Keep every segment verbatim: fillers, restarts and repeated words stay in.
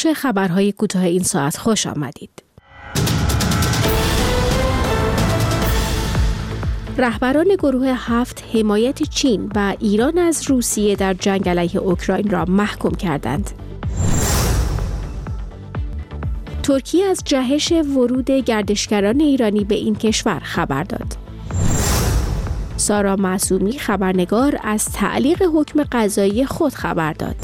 بخش خبرهای کوتاه این ساعت خوش آمدید. رهبران گروه هفت حمایت چین و ایران از روسیه در جنگ علیه اوکراین را محکوم کردند. ترکیه از جهش ورود گردشگران ایرانی به این کشور خبر داد. سارا معصومی خبرنگار از تعلیق حکم قضایی خود خبر داد.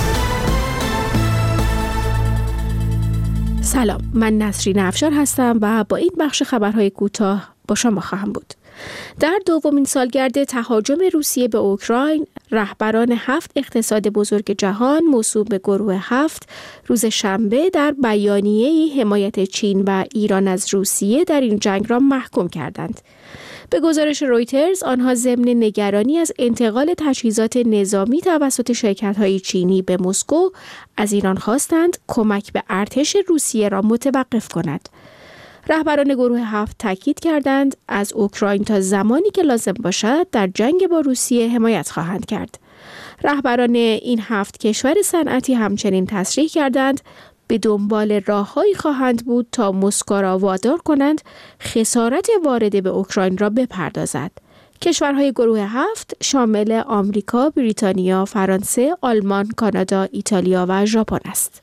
سلام، من نسرین افشار هستم و با این بخش خبرهای کوتاه با شما خواهم بود. در دومین سالگرد تهاجم روسیه به اوکراین، رهبران هفت اقتصاد بزرگ جهان موسوم به گروه هفت روز شنبه در بیانیه‌ای حمایت چین و ایران از روسیه در این جنگ را محکوم کردند. به گزارش رویترز، آنها ضمن نگرانی از انتقال تجهیزات نظامی توسط شرکت‌های چینی به مسکو از ایران خواستند کمک به ارتش روسیه را متوقف کند. رهبران گروه هفت تاکید کردند از اوکراین تا زمانی که لازم باشد در جنگ با روسیه حمایت خواهند کرد. رهبران این هفت کشور صنعتی همچنین تصریح کردند به دنبال راههایی خواهند بود تا مسکو را وادار کنند خسارت وارده به اوکراین را بپردازد. کشورهای گروه هفت شامل آمریکا، بریتانیا، فرانسه، آلمان، کانادا، ایتالیا و ژاپن است.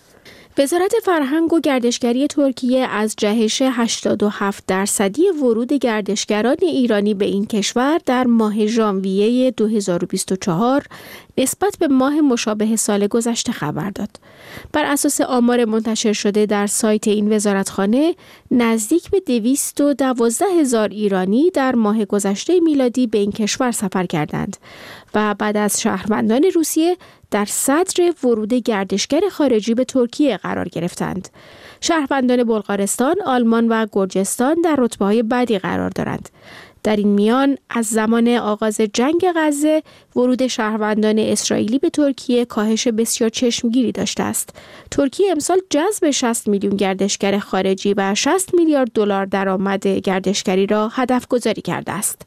وزارت فرهنگ و گردشگری ترکیه از جهش هشتاد و هفت درصدی ورود گردشگران ایرانی به این کشور در ماه ژانویه دو هزار و بیست و چهار نسبت به ماه مشابه سال گذشته خبر داد. بر اساس آمار منتشر شده در سایت این وزارتخانه، نزدیک به دویست و دوازده هزار ایرانی در ماه گذشته میلادی به این کشور سفر کردند و بعد از شهروندان روسیه در صدر ورود گردشگر خارجی به ترکیه قرار گرفتند. شهروندان بلغارستان، آلمان و گرجستان در رتبه‌های بعدی قرار دارند. در این میان از زمان آغاز جنگ غزه ورود شهروندان اسرائیلی به ترکیه کاهش بسیار چشمگیری داشته است. ترکیه امسال جذب شصت میلیون گردشگر خارجی و شصت میلیارد دلار درآمد گردشگری را هدف گذاری کرده است.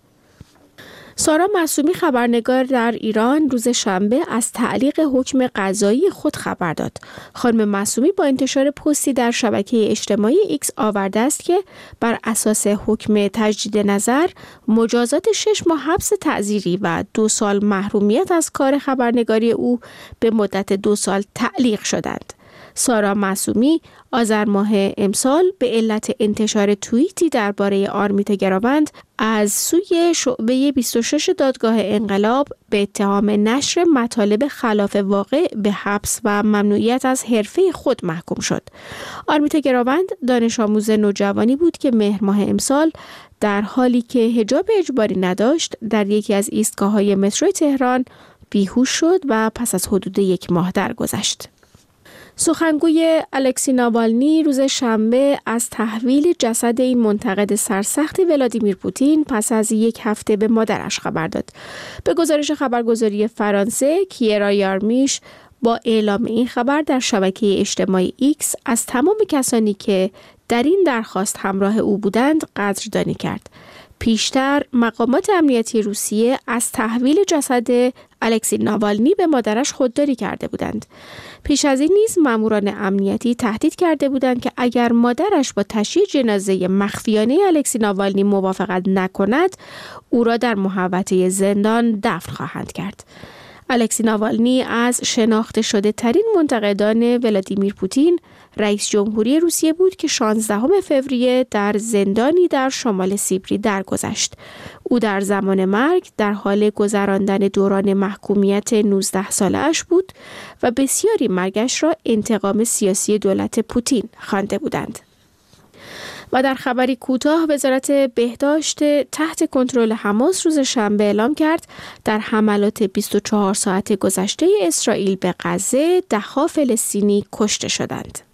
سارا معصومی خبرنگار در ایران روز شنبه از تعلیق حکم قضایی خود خبر داد. خانم معصومی با انتشار پستی در شبکه اجتماعی ایکس آورده است که بر اساس حکم تجدید نظر مجازات شش ماه حبس تعزیری و دو سال محرومیت از کار خبرنگاری او به مدت دو سال تعلیق شدند. سارا معصومی آذر ماه امسال به علت انتشار توییتی درباره آرمیتا گراوند از سوی شعبه بیست و شش دادگاه انقلاب به اتهام نشر مطالب خلاف واقع به حبس و ممنوعیت از حرفه خود محکوم شد. آرمیتا گراوند دانش آموز نوجوانی بود که مهر ماه امسال در حالی که حجاب اجباری نداشت در یکی از ایستگاه‌های مترو تهران بیهوش شد و پس از حدود یک ماه درگذشت. سخنگوی الکسی ناوالنی روز شنبه از تحویل جسد این منتقد سرسخت ولادیمیر پوتین پس از یک هفته به مادرش خبر داد. به گزارش خبرگزاری فرانسه، کیرا یارمیش با اعلام این خبر در شبکه اجتماعی ایکس از تمام کسانی که در این درخواست همراه او بودند قدردانی کرد. پیشتر مقامات امنیتی روسیه از تحویل جسد الکسی ناوالنی به مادرش خودداری کرده بودند. پیش از این نیز ماموران امنیتی تهدید کرده بودند که اگر مادرش با تشییع جنازه مخفیانه الکسی ناوالنی موافقت نکند، او را در محوطه زندان دفن خواهند کرد. الکسی ناوالنی از شناخته شده ترین منتقدان ولادیمیر پوتین، رئیس جمهوری روسیه بود که شانزدهم فوریه در زندانی در شمال سیبری درگذشت. او در زمان مرگ در حال گذراندن دوران محکومیت نوزده ساله اش بود و بسیاری مرگش را انتقام سیاسی دولت پوتین خوانده بودند. و در خبری کوتاه، وزارت بهداشت تحت کنترل حماس روز شنبه اعلام کرد در حملات بیست و چهار ساعت گذشته اسرائیل به غزه ده‌ها فلسطینی کشته شدند.